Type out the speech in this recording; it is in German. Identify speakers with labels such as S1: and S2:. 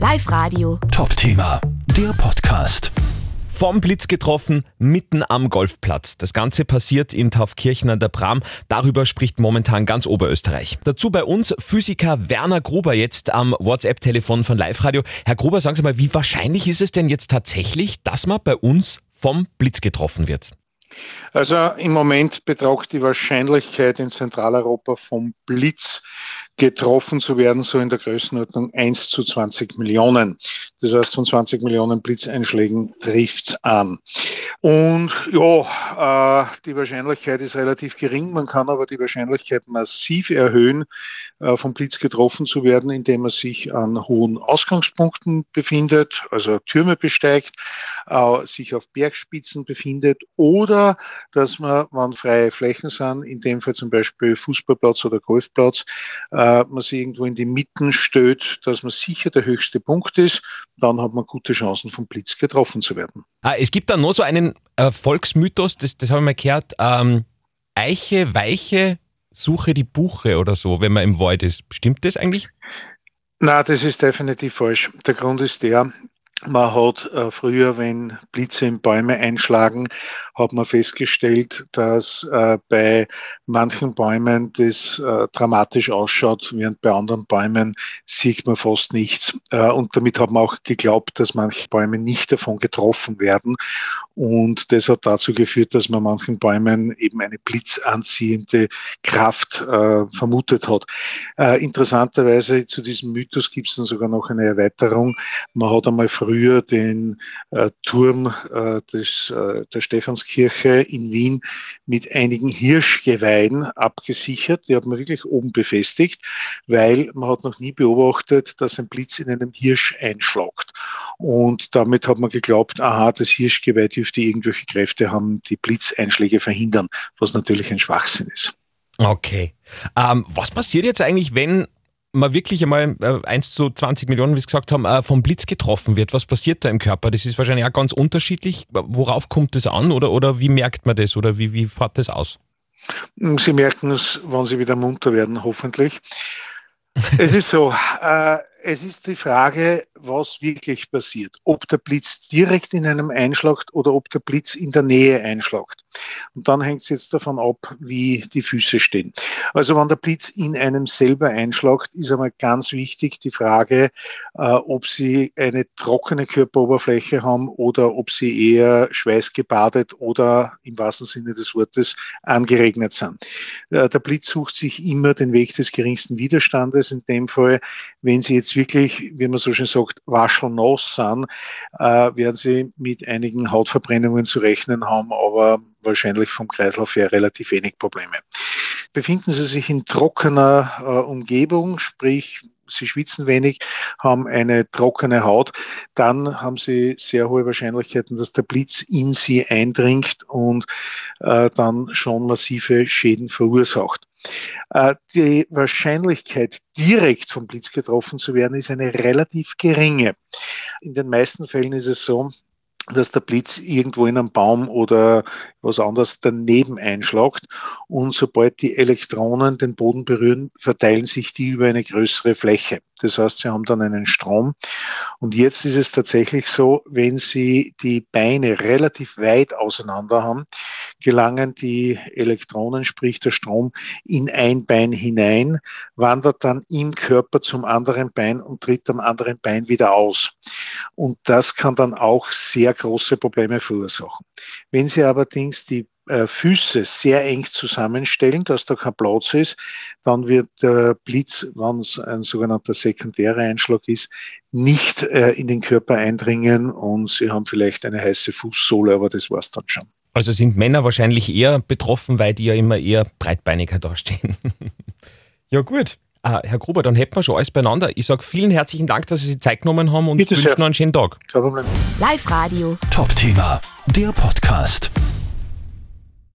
S1: Live-Radio.
S2: Top-Thema, der Podcast.
S3: Vom Blitz getroffen, mitten am Golfplatz. Das Ganze passiert in Taufkirchen an der Bram. Darüber spricht momentan ganz Oberösterreich. Dazu bei uns Physiker Werner Gruber jetzt am WhatsApp-Telefon von Live-Radio. Herr Gruber, sagen Sie mal, wie wahrscheinlich ist es denn jetzt tatsächlich, dass man bei uns vom Blitz getroffen wird?
S4: Also im Moment betragt die Wahrscheinlichkeit in Zentraleuropa vom Blitz getroffen zu werden, so in der Größenordnung 1 zu 20 Millionen. Das heißt, von 20 Millionen Blitzeinschlägen trifft's an. Und ja, die Wahrscheinlichkeit ist relativ gering. Man kann aber die Wahrscheinlichkeit massiv erhöhen, vom Blitz getroffen zu werden, indem man sich an hohen Ausgangspunkten befindet, also Türme besteigt, sich auf Bergspitzen befindet oder dass man, wenn freie Flächen sind, in dem Fall zum Beispiel Fußballplatz oder Golfplatz, man sich irgendwo in die Mitten stellt, dass man sicher der höchste Punkt ist, dann hat man gute Chancen, vom Blitz getroffen zu werden.
S3: Es gibt da noch so einen Volksmythos, das habe ich mal gehört, Eiche, Weiche, suche die Buche oder so, wenn man im Wald ist. Stimmt das eigentlich?
S4: Na, das ist definitiv falsch. Der Grund ist der, man hat früher, wenn Blitze in Bäume einschlagen, hat man festgestellt, dass bei manchen Bäumen das dramatisch ausschaut, während bei anderen Bäumen sieht man fast nichts. Und damit hat man auch geglaubt, dass manche Bäume nicht davon getroffen werden. Und das hat dazu geführt, dass man manchen Bäumen eben eine blitzanziehende Kraft vermutet hat. Interessanterweise zu diesem Mythos gibt es dann sogar noch eine Erweiterung. Man hat einmal früher den Turm der Stephanskirche in Wien mit einigen Hirschgeweihen abgesichert. Die hat man wirklich oben befestigt, weil man hat noch nie beobachtet, dass ein Blitz in einem Hirsch einschlagt. Und damit hat man geglaubt, aha, das Hirschgeweih dürfte irgendwelche Kräfte haben, die Blitzeinschläge verhindern, was natürlich ein Schwachsinn ist.
S3: Okay. Was passiert jetzt eigentlich, wenn man wirklich einmal 1 zu 20 Millionen, wie Sie gesagt haben, vom Blitz getroffen wird? Was passiert da im Körper? Das ist wahrscheinlich auch ganz unterschiedlich. Worauf kommt das an oder wie merkt man das oder wie fährt das aus?
S4: Sie merken es, wenn Sie wieder munter werden, hoffentlich. Es ist so, es ist die Frage, was wirklich passiert. Ob der Blitz direkt in einem einschlagt oder ob der Blitz in der Nähe einschlagt. Und dann hängt es jetzt davon ab, wie die Füße stehen. Also wenn der Blitz in einem selber einschlagt, ist einmal ganz wichtig die Frage, ob Sie eine trockene Körperoberfläche haben oder ob Sie eher schweißgebadet oder im wahrsten Sinne des Wortes angeregnet sind. Der Blitz sucht sich immer den Weg des geringsten Widerstandes. In dem Fall, wenn Sie jetzt wirklich, wie man so schön sagt, waschelnass sind, werden Sie mit einigen Hautverbrennungen zu rechnen haben, aber wahrscheinlich vom Kreislauf her relativ wenig Probleme. Befinden Sie sich in trockener Umgebung, sprich Sie schwitzen wenig, haben eine trockene Haut, dann haben Sie sehr hohe Wahrscheinlichkeiten, dass der Blitz in Sie eindringt und dann schon massive Schäden verursacht. Die Wahrscheinlichkeit, direkt vom Blitz getroffen zu werden, ist eine relativ geringe. In den meisten Fällen ist es so, dass der Blitz irgendwo in einem Baum oder was anderes daneben einschlagt und sobald die Elektronen den Boden berühren, verteilen sich die über eine größere Fläche. Das heißt, sie haben dann einen Strom. Und jetzt ist es tatsächlich so, wenn Sie die Beine relativ weit auseinander haben, gelangen die Elektronen, sprich der Strom, in ein Bein hinein, wandert dann im Körper zum anderen Bein und tritt am anderen Bein wieder aus. Und das kann dann auch sehr große Probleme verursachen. Wenn Sie allerdings die Füße sehr eng zusammenstellen, dass da kein Platz ist, dann wird der Blitz, wenn es ein sogenannter sekundärer Einschlag ist, nicht in den Körper eindringen und Sie haben vielleicht eine heiße Fußsohle, aber das war's dann schon.
S3: Also sind Männer wahrscheinlich eher betroffen, weil die ja immer eher breitbeiniger dastehen. Ja gut. Herr Gruber, dann hätten wir schon alles beieinander. Ich sage vielen herzlichen Dank, dass Sie sich Zeit genommen haben und wünsche noch einen schönen Tag.
S4: Kein Problem.
S1: Live-Radio.
S2: Top-Thema, der Podcast.